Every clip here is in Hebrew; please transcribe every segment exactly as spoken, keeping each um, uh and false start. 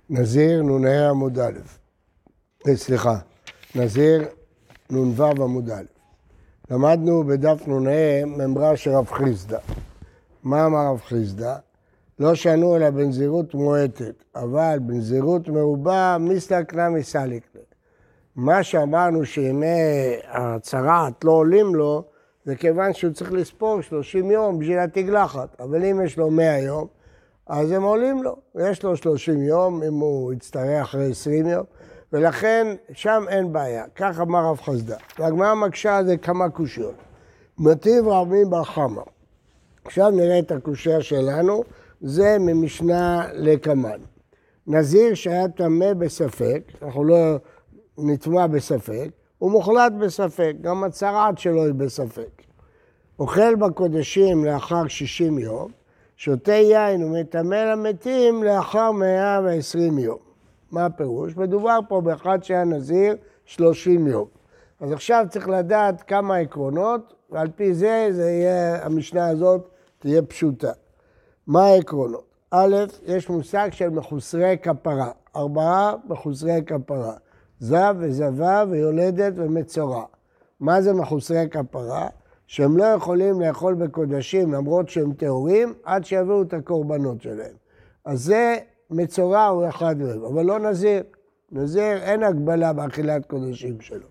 נזיר נ"ה עמוד א', סליחה, נזיר נ"ו עמוד א'. למדנו בדף נ"ה ממרה של רב חיסדא. מה אמר רב חיסדא? לא שנו אלא בנזירות מועטת, אבל בנזירות מרובה מסתכנה מסליקנה. מה שאמרנו שימי הצרעת לא עולים לו, זה כיוון שהוא צריך לספור שלושים יום בשביל התגלחת. אבל אם יש לו מאה יום, אז הם עולים לו. יש לו שלושים יום, אם הוא יצטרך אחרי עשרים יום, ולכן שם אין בעיה. כך אמר רב חיסדא. והגמרא מקשה על זה כמה קושיות. מטיב רבי בר חמא. עכשיו נראה את הקושיה שלנו, זה ממשנה לקמן. נזיר שהיה טמא בספק, אנחנו לא נטמא בספק, הוא מוחלט בספק, גם הצרעת שלו היא בספק. אוכל בקודשים לאחר שישים יום, שותה יין ומטמא למתים לאחר מאה ועשרים יום. מה הפירוש? מדובר פה באחד שהיה נזיר שלושים יום. אז עכשיו צריך לדעת כמה עקרונות, ועל פי זה, זה יהיה, המשנה הזאת תהיה פשוטה. מה העקרונות? א', יש מושג של מחוסרי כפרה, ארבעה מחוסרי כפרה, זב וזבה ויולדת ומצורע. מה זה מחוסרי כפרה? שהם לא יכולים לאכול בקודשים למרות שהם טהורים, עד שיביאו את הקורבנות שלהם. אז זה מצורע הוא אחד מהם, אבל לא נזיר. נזיר אין הגבלה באכילת קודשים שלו.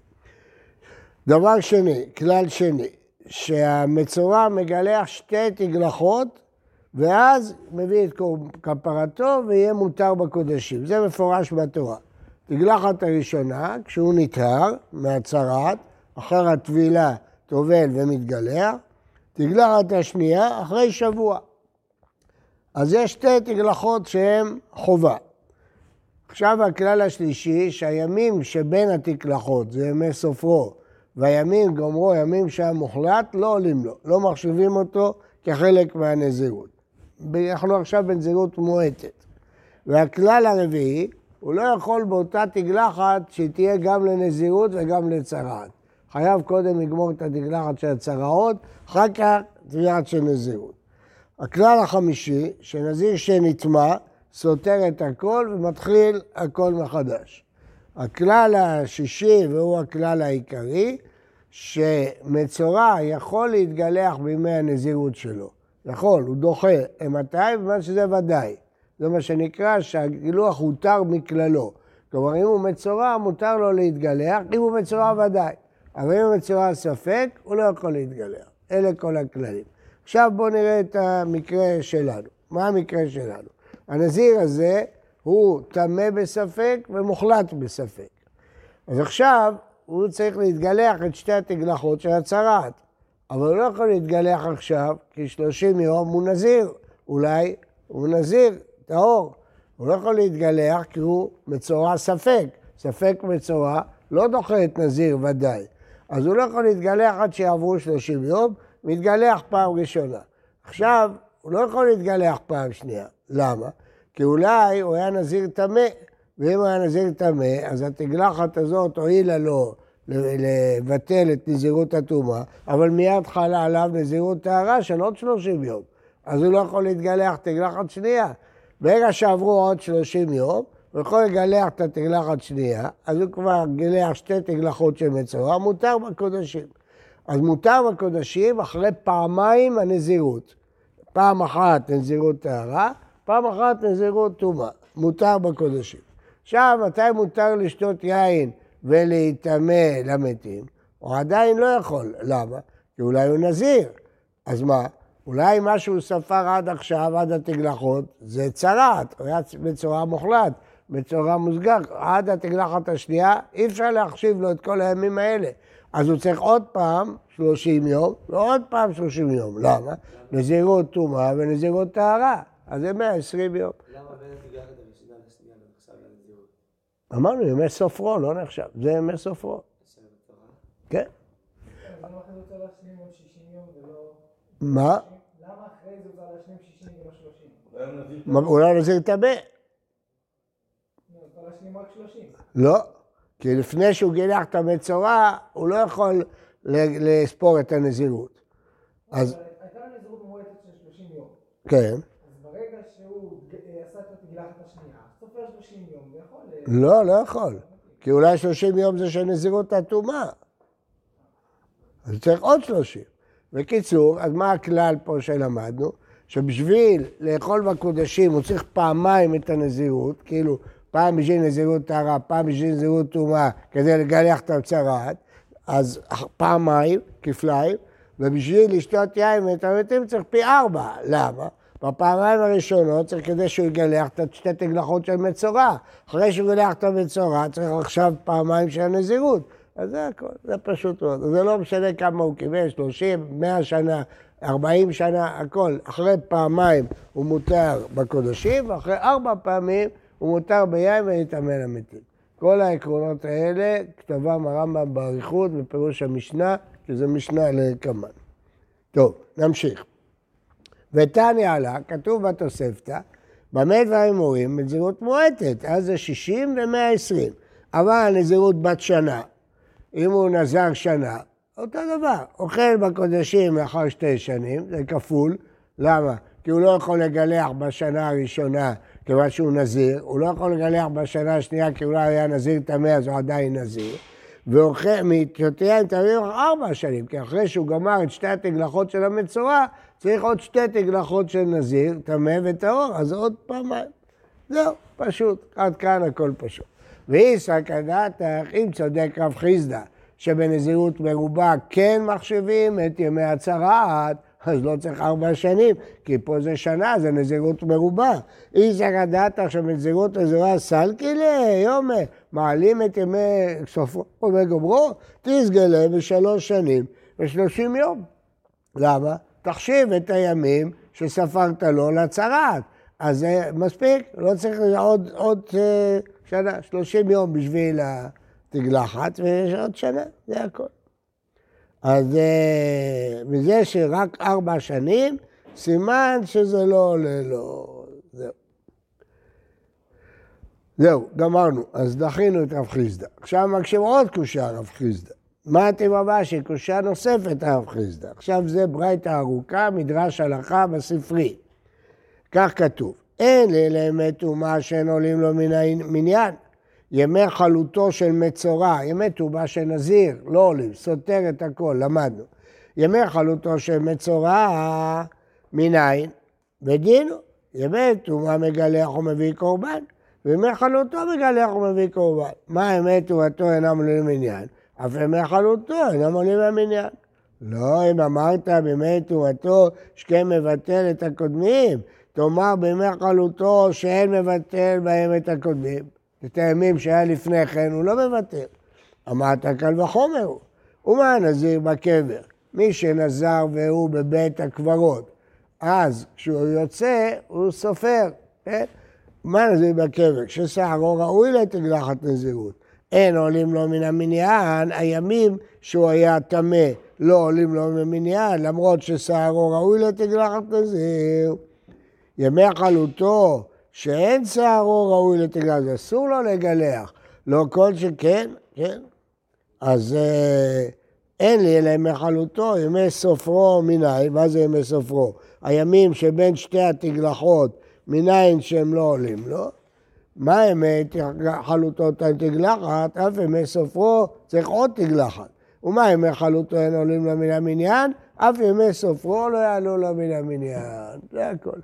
דבר שני, כלל שני, שהמצורע מגלח שתי תגלחות, ואז מביא את כפרתו ויהיה מותר בקודשים. זה מפורש בתורה. תגלחת הראשונה, כשהוא נטהר מהצרעת, אחר הטבילה טובל ומתגלח, תגלחת השנייה אחרי שבוע. אז יש שתי תגלחות שהן חובה. עכשיו הכלל השלישי, שהימים שבין התגלחות, זה ימי סופרו, והימים גומרו, ימים שהיה מוחלט, לא עולים לו, לא מחשיבים אותו כחלק מהנזירות. אנחנו עכשיו בנזירות מועטת. והכלל הרביעי, הוא לא יכול באותה תגלחת שתהיה גם לנזירות וגם לצרעת. חייב קודם לגמור את התגלחת של הצרעות, אחר כך תגלחת של נזירות. הכלל החמישי, שנזיר שנטמא, סותר את הכל ומתחיל הכל מחדש. הכלל השישי, והוא הכלל העיקרי, שמצורע יכול להתגלח בימי הנזירות שלו. יכול, הוא דוחה מתי, במה שזה ודאי. זה מה שנקרא שהגילוח הותר מכללו. כלומר, אם הוא מצורע, מותר לו להתגלח, אם הוא מצורע ודאי. אבל אם הוא מצורע ספק, הוא לא יכול להתגלח. אלה כל הכללים. עכשיו בואו נראה את המקרה שלנו. מה המקרה שלנו? הנזיר הזה הוא טמא בספק ומוחלט בספק. אז עכשיו הוא צריך להתגלח את שתי התגלחות של הצרעת. אבל הוא לא יכול להתגלח עכשיו, כי שלושים יום הוא נזיר. אולי הוא נזיר, טהור. הוא לא יכול להתגלח כי הוא מצורע ספק. ספק מצורע לא דוחה את נזיר ודאי. אז הוא לא יכול להתגלח עד שיעברו שלושים יום, מתגלח פעם ראשונה. עכשיו הוא לא יכול להתגלח פעם שנייה. למה? כי אולי הוא היה נזיר טמא, ואם הוא היה נזיר טמא, אז התגלחת הזאת הועילה לו לבטל את נזירות הטומאה, אבל מיד חלה עליו נזירות טהרה של עוד שלושים יום. אז הוא לא יכול להתגלח תגלחת שנייה. ברגע שעברו עוד שלושים יום, הוא יכול לגלח את התגלחת שנייה, אז הוא כבר גלח שתי תגלחות של מצורע, מותר בקודשים. אז מותר בקודשים אחרי פעמיים הנזירות. פעם אחת נזירות טהרה, פעם אחת נזירות טומאה. מותר בקודשים. עכשיו, מתי מותר לשתות יין ולהיטמא למתים? הוא עדיין לא יכול. למה? כי אולי הוא נזיר. אז מה? אולי מה שהוא ספר עד עכשיו, עד התגלחות, זה צרעת. הוא היה בצורה מוחלט, בצורה מוסגר. עד התגלחת השנייה, אי אפשר להחשיב לו את כל הימים האלה. אז הוא צריך עוד פעם שלושים יום, ועוד פעם שלושים יום. למה? נזירות טומאה ונזירות טהרה. אז זה מאה ועשרים יום. למה בין התגלחת הראשונה לשנייה לא נחשב לנזירות? אמרנו, ימי סופרו, לא נחשב. זה ימי סופרו. כן. למה אחרי זה צריך להשלים עוד שישים יום ולא... מה? למה אחרי זה צריך להשלים שישים ולא שלושים? אולי נזיר טמא. לא, צריך להשלים רק שלושים. לא, כי לפני שהוא גילח את המצורע, הוא לא יכול לספור את הנזירות. אז... הייתה לו נזירות מועטת של שלושים יום. כן. אז ברגע שהוא עשה את התגלחת השנייה, השנייה, סופר שלושים יום, ויכול... לא, לא יכול. כי אולי שלושים יום זה של נזירות הטומאה. אז צריך עוד שלושים. בקיצור, אז מה הכלל פה שלמדנו? שבשביל לאכול בקודשים הוא צריך פעמיים את הנזירות, כאילו פעם בשביל נזירות טהרה, פעם בשביל נזירות טומאה, כדי לגלח את הצרעת, אז פעמיים, כפליים, ובשביל לשתות יין ומתמתים צריך פי ארבע. למה? בפעמיים הראשונות צריך כדי שהוא יגלח את שתי תגלחות של מצורע. אחרי שהוא יגלח את המצורע צריך עכשיו פעמיים של הנזירות. אז זה הכל, זה פשוט מאוד. זה לא משנה כמה הוא קיבל, שלושים, מאה שנה, ארבעים שנה, הכל. אחרי פעמיים הוא מותר בקודשים, ואחרי ארבע פעמים הוא מותר ביין ולהתאמן למתים. כל העקרונות האלה כתבם הרמב"ם באריכות בפירוש המשנה, שזה משנה לקמן. טוב, נמשיך. ותניא עלה, כתוב בתוספתא, במה דברים אמורים? נזירות מועטת, אז זה שישים ומאה ועשרים. אבל נזירות בת שנה, אם הוא נזר שנה, אותו דבר. אוכל בקודשים לאחר שתי שנים, זה כפול. למה? כי הוא לא יכול לגלח בשנה הראשונה כיוון שהוא נזיר, הוא לא יכול לגלח בשנה השנייה כי אולי היה נזיר טמא, אז הוא עדיין נזיר. ואוכל, מתיותיה הם תמיד ארבע שנים, כי אחרי שהוא גמר את שתי התגלחות של המצורע, צריך עוד שתי תגלחות של נזיר, טמא וטהור, אז עוד פעמיים. זהו, פשוט, עד כאן הכל פשוט. ואיסא כדעתך, אם צודק רב חיסדא, שבנזירות מרובה כן מחשבים את ימי הצרעת, אז לא צריך ארבע שנים, כי פה זה שנה, זה נזירות מרובה. איסא כדעתך שבנזירות נזירה סלקילה, יומא, מעלים את ימי סופרו וגומרו, תסגלה בשלוש שנים ושלושים יום. למה? תחשיב את הימים שספרת לו לצרעת. אז זה מספיק, לא צריך עוד, עוד שנה, שלושים יום בשביל התגלחת, ויש עוד שנה, זה הכל. אז מזה שרק ארבע שנים, סימן שזה לא עולה לו. זהו. זהו, גמרנו. אז דחינו את רב חיסדא. עכשיו מקשים עוד קושה רב חיסדא. מה אתם הבא? שקושה נוספת רב חיסדא. עכשיו זה ברייתא ארוכה, מדרש הלכה בספרי. כך כתוב, אין לאמת טומאה שאין עולים לו מן המניין. ימי חלוטו של מצורע, ימי טומאה של נזיר, לא עולים, סותר את הכל, למדנו. ימי חלוטו של מצורע, מניין, ודינו. ימי טומאה מגלח ומביא קורבן, וימי חלוטו מגלח ומביא קורבן. מה ימי טומאתו אינם עולים למניין? אף ימי חלוטו אינם עולים למניין. לא, אם אמרת בימי טומאתו שכן מבטל את הקודמים, תאמר בימי חלוטו שאין מבטל בהם את הקודמים. את הימים שהיה לפני כן הוא לא מבטל. אמרת קל וחומר הוא. ומה נזיר בקבר? מי שנזר והוא בבית הקברות, אז כשהוא יוצא הוא סופר. כן? מה נזיר בקבר? כששערו ראוי לתגלחת נזירות. אין עולים לו מן המניין, הימים שהוא היה טמא לא עולים לו מן המניין, למרות ששערו ראוי לתגלחת נזיר. ימי חלוטו, שאין שערו ראוי לתגלח, זה אסור לו לגלח, לא כל שכן, כן? אז אה, אין לי אלא ימי חלוטו, ימי סופרו מניין, מה זה ימי סופרו? הימים שבין שתי התגלחות, מניין שהם לא עולים, לא? מה ימי חלוטו תגלחת? אף ימי סופרו צריך עוד תגלחת. ומה ימי חלוטו אין עולים לו מן המניין? אף ימי סופרו לא יעלו לו מן המניין, זה הכל.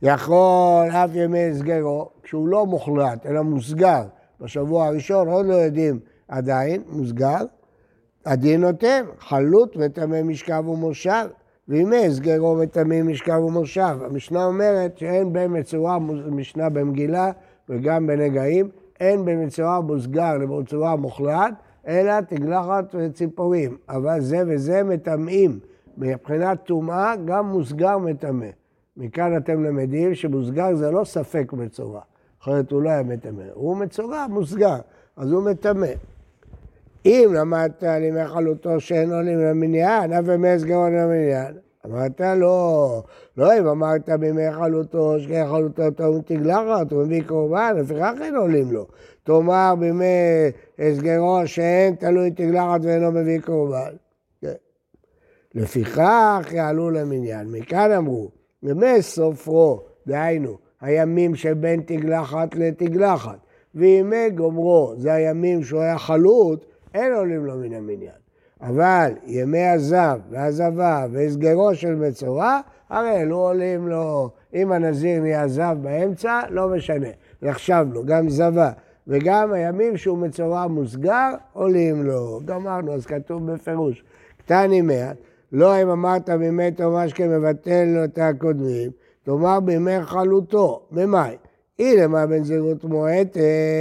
יכול אף ימי סגרו, כשהוא לא מוחלט, אלא מוסגר. בשבוע הראשון עוד לא יודעים עדיין, מוסגר. הדין נותן, חלוט וטמא משכב ומושב, וימי סגרו וטמא משכב ומושב. המשנה אומרת שאין בין מצורע, משנה במגילה וגם בנגעים, אין בין מצורע מוסגר למצורע מוחלט, אלא תגלחת וציפורים. אבל זה וזה מטמאים. מבחינת טומאה גם מוסגר מטמא. מכאן אתם למדים שמוסגר זה לא ספק מצורע, אחרת הוא לא היה מטמא, הוא מצורע, מוסגר, אז הוא מטמא. אם למדת על ימי חלוטו שאין עולים למניין, אף ימי סגרו למניין, אמרת לא, לא אם אמרת בימי חלוטו, שכן חלוטו טעון תגלחת, הוא מביא קורבן, לפיכך אין עולים לו. תאמר בימי סגרו שאין תלוי תגלחת ואינו מביא קורבן. לפיכך יעלו למניין, מכאן אמרו, ימי סופרו, דהיינו, הימים שבין תגלחת לתגלחת. וימי גומרו, זה הימים שהוא היה חלוט, אין עולים לו מן המניין. אבל ימי הזב והזבה והסגרו של מצורע, הרי לא עולים לו, אם הנזיר נהיה זב באמצע, לא משנה. נחשב לו, גם זבה. וגם הימים שהוא מצורע מוסגר, עולים לו. גמרנו, אז כתוב בפירוש. קטני מעט, לא אם אמרת בימי תומש כמבטל לו את הקודמים, תאמר בימי חלוטו, במאי. הנה מה בנזירות מועטת,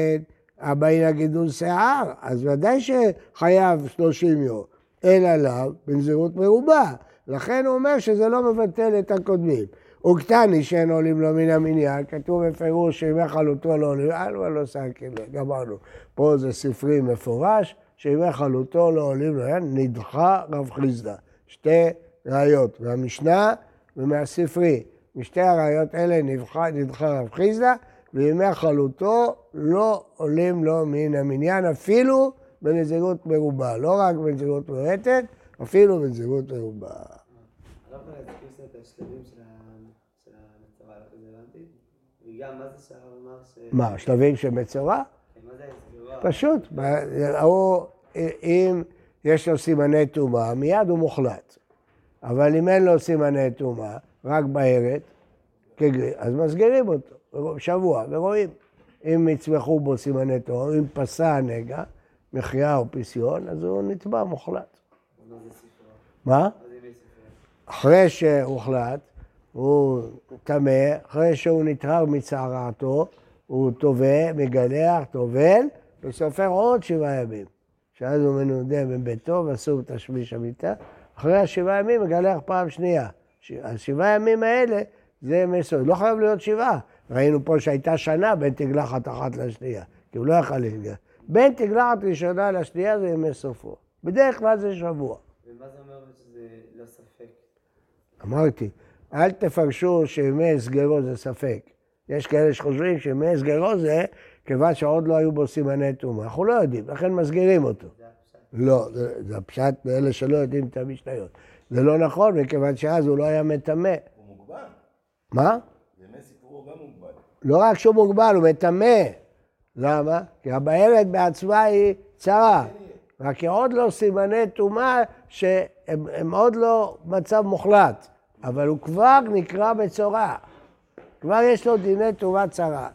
הבאים לגידול שיער, אז ודאי שחייב שלושים יום. אין עליו בנזירות מרובה. לכן הוא אומר שזה לא מבטל את הקודמים. וקטני שאין עולים לו מן המניין, כתוב בפירוש שימי חלוטו לא עולים, אלו לא סנקל, גמרנו. פה זה ספרי מפורש, שימי חלוטו לא עולים לו, נדחה רב חיסדא. שתי ראיות, מהמשנה ומהספרי. משתי הראיות האלה נדחה, נדחה רב חיסדא, וימי חלוטו לא עולים לו מן המניין, אפילו בנזירות מרובה. לא רק בנזירות מועטת, אפילו בנזירות מרובה. הרב להזכיר את השלבים של המצורע, זה הבנתי? וגם מה זה שהרב אמר ש... מה, השלבים של מצורע? מה זה הסגורה? פשוט, הוא, אם יש לו סימני טומאה, מיד הוא מוחלט. אבל אם אין לו סימני טומאה, רק בערת, אז מסגרים אותו, שבוע, ורואים. אם יצמחו בו סימני טומאה, אם פסע הנגע, מחיה או פסיון, אז הוא נטבע מוחלט. מה זה ספרה? מה? מה זה ימי ספרה? אחרי שהוחלט, הוא טמא, אחרי שהוא נטהר מצערתו, הוא טובל, מגלח, טובל, וסופר עוד שבעה ימים. שאז הוא מנודה בביתו ואסור תשמיש המיטה. אחרי השבעה ימים מגלח פעם שנייה. השבעה ימים האלה זה מסוד. לא חייב להיות שבעה. ראינו פה שהייתה שנה בין תגלחת אחת לשנייה, כי הוא לא יכל להתגלח. בין תגלחת ראשונה לשנייה זה ימי סופו. בדרך כלל זה שבוע. ומה זה אומר שזה לא ספק? אמרתי, אל תפרשו שימי סגרו זה ספק. יש כאלה שחושבים שימי סגרו זה כיוון שעוד לא היו בו סימני טומאה. אנחנו לא יודעים, לכן מסגירים אותו. זה הפשט. לא, זה, זה הפשט לאלה שלא יודעים את המשניות. זה לא נכון, מכיוון שאז הוא לא היה מטמא. הוא מוגבל. מה? ימי סיפורו גם מוגבל. לא רק שהוא מוגבל, הוא מטמא. למה? כי הבערת בעצמה היא צרה. רק עוד לא סימני טומאה שהם הם עוד לא מצב מוחלט. אבל הוא כבר נקרא בצורה. כבר יש לו דיני טומאה צרת.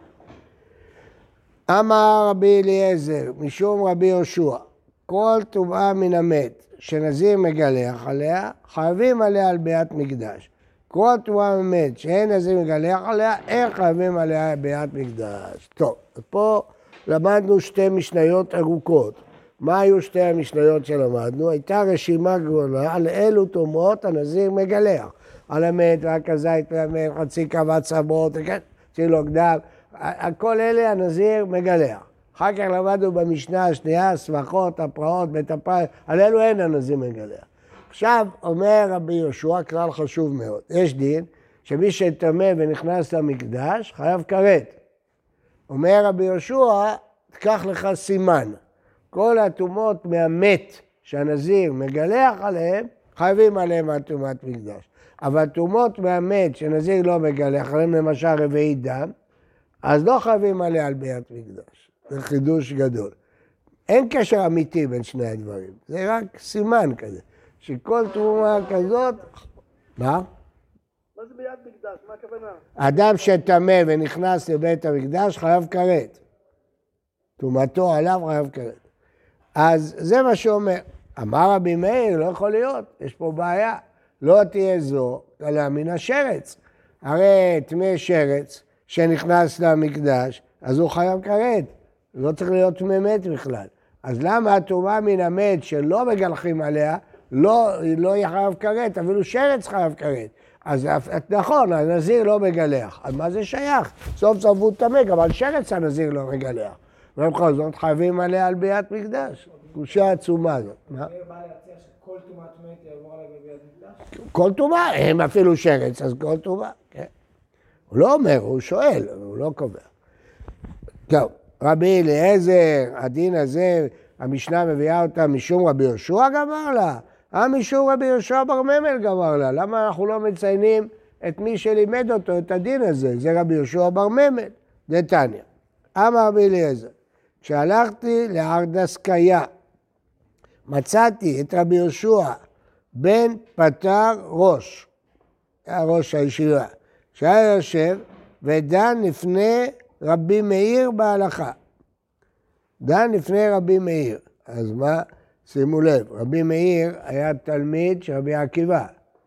אמר רבי אליעזר, משום רבי יהושע, כל טומאה מן המת שנזיר מגלח עליה, חייבים עליה על ביאת מקדש. כל טומאה מן המת שאין נזיר מגלח עליה, איך חייבים עליה על ביאת מקדש. טוב, פה למדנו שתי משניות ארוכות. מה היו שתי המשניות שלמדנו? הייתה רשימה גדולה על אילו טומאות הנזיר מגלח. על המת והכזית והמת, חצי קו צמות, חצי לו קדם. כל אלה הנזיר מגלח. אחר כך למדנו במשנה השנייה, סבכות, הפרעות, בית הפרעות, על אלו אין הנזיר מגלח. עכשיו אומר רבי יהושע כלל חשוב מאוד. יש דין שמי שטמא ונכנס למקדש חייב כרת. אומר רבי יהושע, תקח לך סימן. כל הטומאות מהמת שהנזיר מגלח עליהם, חייבים עליהם על טומאת מקדש. אבל טומאות מהמת שנזיר לא מגלח עליהם, למשל רביעי דם, אז לא חייבים עליה על ביאת מקדש. זה חידוש גדול. אין קשר אמיתי בין שני הדברים. זה רק סימן כזה. שכל תרומה כזאת... מה? מה זה ביאת מקדש? מה הכוונה? אדם שטמא ונכנס לבית המקדש חייב כרת. תרומתו עליו חייב כרת. אז זה מה שאומר. אמר רבי מאיר, לא יכול להיות, יש פה בעיה. לא תהיה זו, אלא מן השרץ. הרי טמא שרץ שנכנס למקדש, אז הוא חייב כרת. לא צריך להיות טמא מת בכלל. אז למה הטומאה מן המת שלא מגלחים עליה, לא, לא יחייב כרת, אפילו שרץ חייב כרת. אז נכון, הנזיר לא מגלח. אז מה זה שייך? סוף סוף הוא טמא, גם על שרץ הנזיר לא מגלח. ובכל זאת חייבים עליה על ביאת מקדש. קושה עצומה הזאת. מה? זה בא להציע שכל טומאת מת יעבור עליה בביאת מקדש? כל טומאה, הם אפילו שרץ, אז כל טומאה, כן. הוא לא אומר, הוא שואל, הוא לא קובע. טוב, רבי אליעזר, הדין הזה, המשנה מביאה אותה משום רבי יהושע גמר לה? אה, משום רבי יהושע בר ממל גמר לה. למה אנחנו לא מציינים את מי שלימד אותו את הדין הזה, זה רבי יהושע בר ממל, דתניא. אמר רבי אליעזר, כשהלכתי לארדסקיה, מצאתי את רבי יהושע בן פטר ראש, היה ראש הישיבה, שהיה יושב ודן לפני רבי מאיר בהלכה. דן לפני רבי מאיר, אז מה? שימו לב, רבי מאיר היה תלמיד של רבי עקיבא,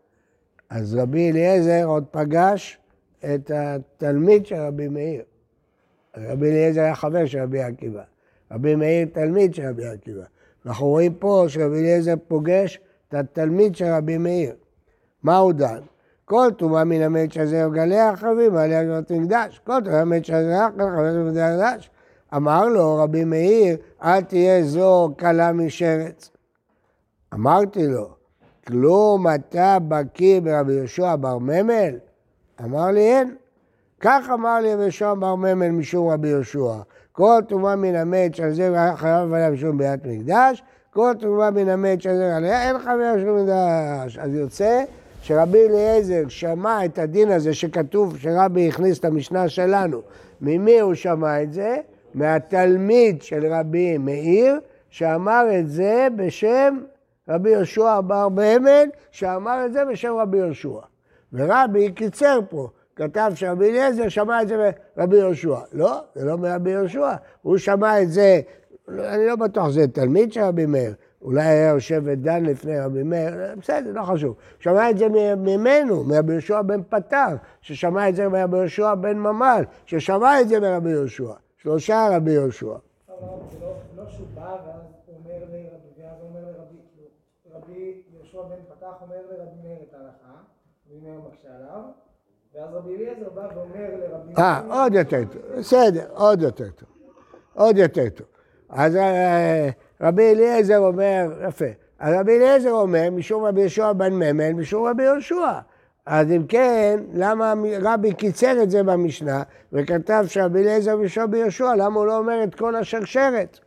אז רבי אליעזר עוד פגש את התלמיד של רבי מאיר. רבי אליעזר היה חבר של רבי עקיבא, רבי מאיר תלמיד של רבי עקיבא. אנחנו רואים פה שרבי אליעזר פוגש את התלמיד של רבי מאיר. מה הוא דן? כל טומאה מן המת שזה וגלי החבים, עליה לבית המקדש. כל טומאה מן המת שזה חבים בבית המקדש. אמר לו רבי מאיר, אל תהיה זו קלה משרץ. אמרתי לו, כלום אתה בקיא ברבי יהושע בר ממל? אמר לי, אין. כך אמר לי רבי יהושע בר ממל משום רבי יהושע. כל טומאה מן המת שזה חייב עליה משום בית מקדש, כל טומאה מן המת שזה עליה, אין חייב משום מקדש. אז יוצא שרבי אליעזר שמע את הדין הזה שכתוב שרבי הכניס את המשנה שלנו. ממי הוא שמע את זה? מהתלמיד של רבי מאיר, שאמר את זה בשם רבי יהושע בר ממל, שאמר את זה בשם רבי יהושע. ורבי קיצר פה, כתב שרבי אליעזר שמע את זה מרבי יהושע. לא, זה לא מרבי יהושע. הוא שמע את זה, אני לא בטוח שזה תלמיד של רבי מאיר. אולי היה יושב ודן לפני רבי מאיר, בסדר, לא חשוב. שמע את זה ממנו, מרבי יהושע בן פטר, ששמע את זה מרבי יהושע בן ממל, ששמע את זה מרבי יהושע. שלושה רבי יהושע. זה לא שהוא בא ואז הוא אומר לרבי, ואז הוא אומר לרבי, רבי יהושע בן פתח אומר לרבי מאיר את ההלכה, רבי מאיר מקשה עליו, ואז רבי אליעזר בא ואומר לרבי... אה, עוד יותר טוב, בסדר, עוד יותר טוב, עוד יותר טוב. אז רבי אליעזר אומר, יפה, אז רבי אליעזר אומר, משום רבי יהושע בן ממל, משום רבי יהושע. אז אם כן, למה רבי קיצר את זה במשנה, וכתב שרבי אליעזר משום רבי יהושע, למה הוא לא אומר את כל השרשרת?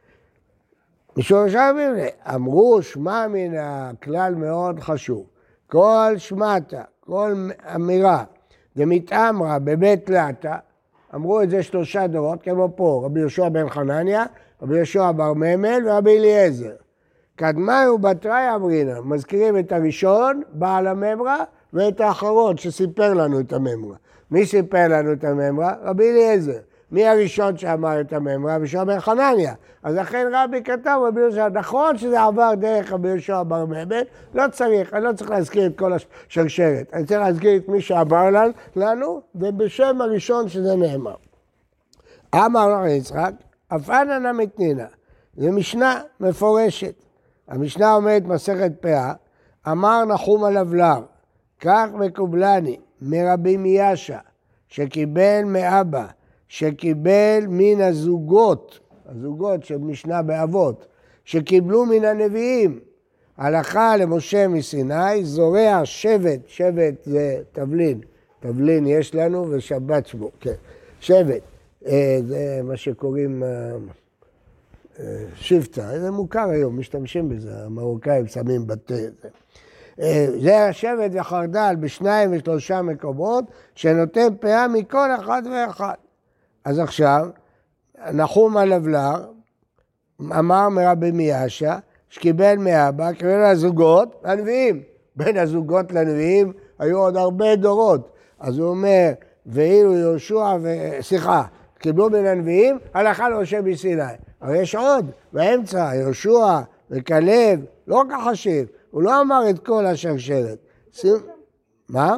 משום רבי אליעזר, אמרו שמע מן הכלל מאוד חשוב, כל שמעתה, כל אמירה, דמתאמרה בבית לטה, אמרו את זה שלושה דורות, כמו פה, רבי יהושע בן חנניה, רבי יהושע בר ממל ורבי אליעזר. קדמי ובתראי אמרינה, מזכירים את הראשון, בעל הממרה, ואת האחרון שסיפר לנו את הממרה. מי סיפר לנו את הממרה? רבי אליעזר. מי הראשון שאמר את הממרה? רבי יהושע בן חנניה. אז לכן רבי כתב, רבי יהושע, נכון שזה עבר דרך רבי יהושע בר ממל, לא צריך, אני לא צריך להזכיר את כל השרשרת. אני צריך להזכיר את מי שעבר לנו, ובשם הראשון שזה נאמר. אמר רבי יצחק, אף אנא מתנינא, זו משנה מפורשת. המשנה אומרת מסכת פאה, אמר נחום הלבלר, כך מקובלני מרבי מיאשה, שקיבל מאבא, שקיבל מן הזוגות, הזוגות של משנה באבות, שקיבלו מן הנביאים, הלכה למשה מסיני, זורע שבט, שבט זה תבלין, תבלין יש לנו ושבת שמו, כן, שבט, זה מה שקוראים שבטה, זה מוכר היום, משתמשים בזה, המרוקאים שמים בתי זה. זה השבט וחרדל בשניים ושלושה מקומות, שנותן פאה מכל אחד ואחד. אז עכשיו, נחום הלבלר אמר מרבי מיאשה, שקיבל מאבא, קיבל לזוגות, לנביאים. בין הזוגות לנביאים היו עוד הרבה דורות. אז הוא אומר, ואילו יהושע, ו... סליחה, קיבלו מן הנביאים, הלכה למשה מסיני. אבל יש עוד, באמצע, יהושע וכלב, לא כך חשיב. הוא לא אמר את כל השרשרת. מה?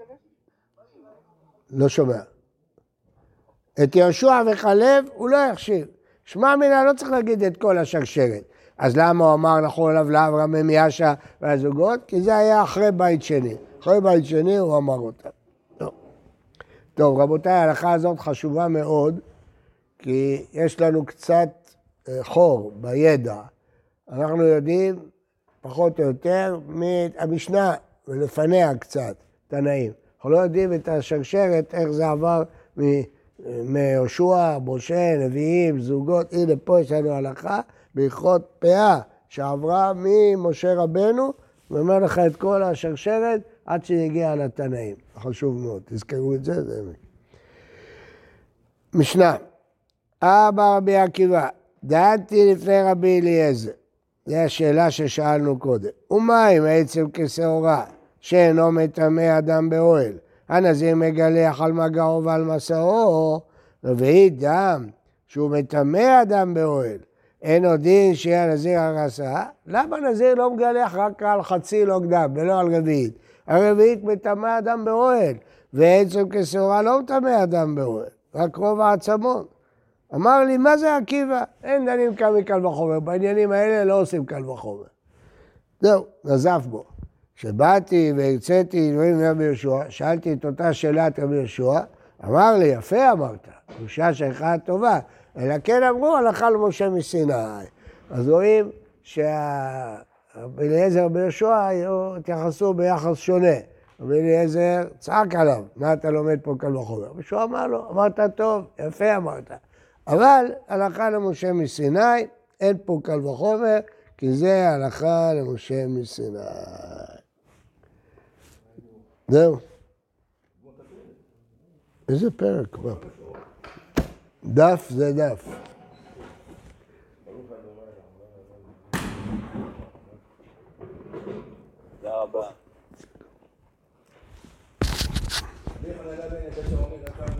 לא שומע. את יהושע וכלב הוא לא יחשיב. שמע מינה לא צריך להגיד את כל השרשרת. אז למה הוא אמר נכון עליו לאברהם מיאשה והזוגות? כי זה היה אחרי בית שני. אחרי בית שני הוא אמר אותה. טוב, טוב רבותיי, ההלכה הזאת חשובה מאוד, כי יש לנו קצת חור בידע. אנחנו יודעים פחות או יותר מהמשנה ולפניה קצת, תנאים. אנחנו לא יודעים את השרשרת, איך זה עבר מיהושע, משה, נביאים, זוגות. הנה פה יש לנו הלכה בהלכות פאה שעברה ממשה רבנו, ואומר לך את כל השרשרת עד שהגיע לתנאים. חשוב מאוד, תזכרו את זה, זה... משנה, אבא רבי עקיבא, דעתי לפני רבי אליעזר. זו השאלה ששאלנו קודם. ומה אם העצם כשעורה, שאינו מטמא אדם באוהל? הנזיר מגלח על מגעו ועל מסעו, רביעית דם, שהוא מטמא אדם באוהל. אין עוד דין שיהיה הנזיר הרסה. למה נזיר לא מגלח רק על חצי לוג דם, ולא על רביעית? הרביעית מטמא אדם באוהל, ועצם כשעורה לא מטמא אדם באוהל, רק רוב העצמות. אמר לי, מה זה עקיבא? אין דנים כאן מקל וחומר, בעניינים האלה לא עושים קל וחומר. זהו, נזף בו. כשבאתי והרציתי דברים רבי יהושע, שאלתי את אותה שאלה את רבי יהושע, אמר לי, יפה אמרת, תחושה שלך טובה, אלא כן אמרו, הלכה למשה מסיני. אז רואים שרבי אליעזר ורבי יהושע התייחסו ביחס שונה. רבי אליעזר צעק עליו, מה אתה לומד פה קל וחומר? רבי יהושע אמר לו, אמרת טוב, יפה אמרת. אבל הלכה למשה מסיני, אין פה קל וחומר, כי זה הלכה למשה מסיני. זהו. איזה פרק? מה? דף זה דף. תודה רבה.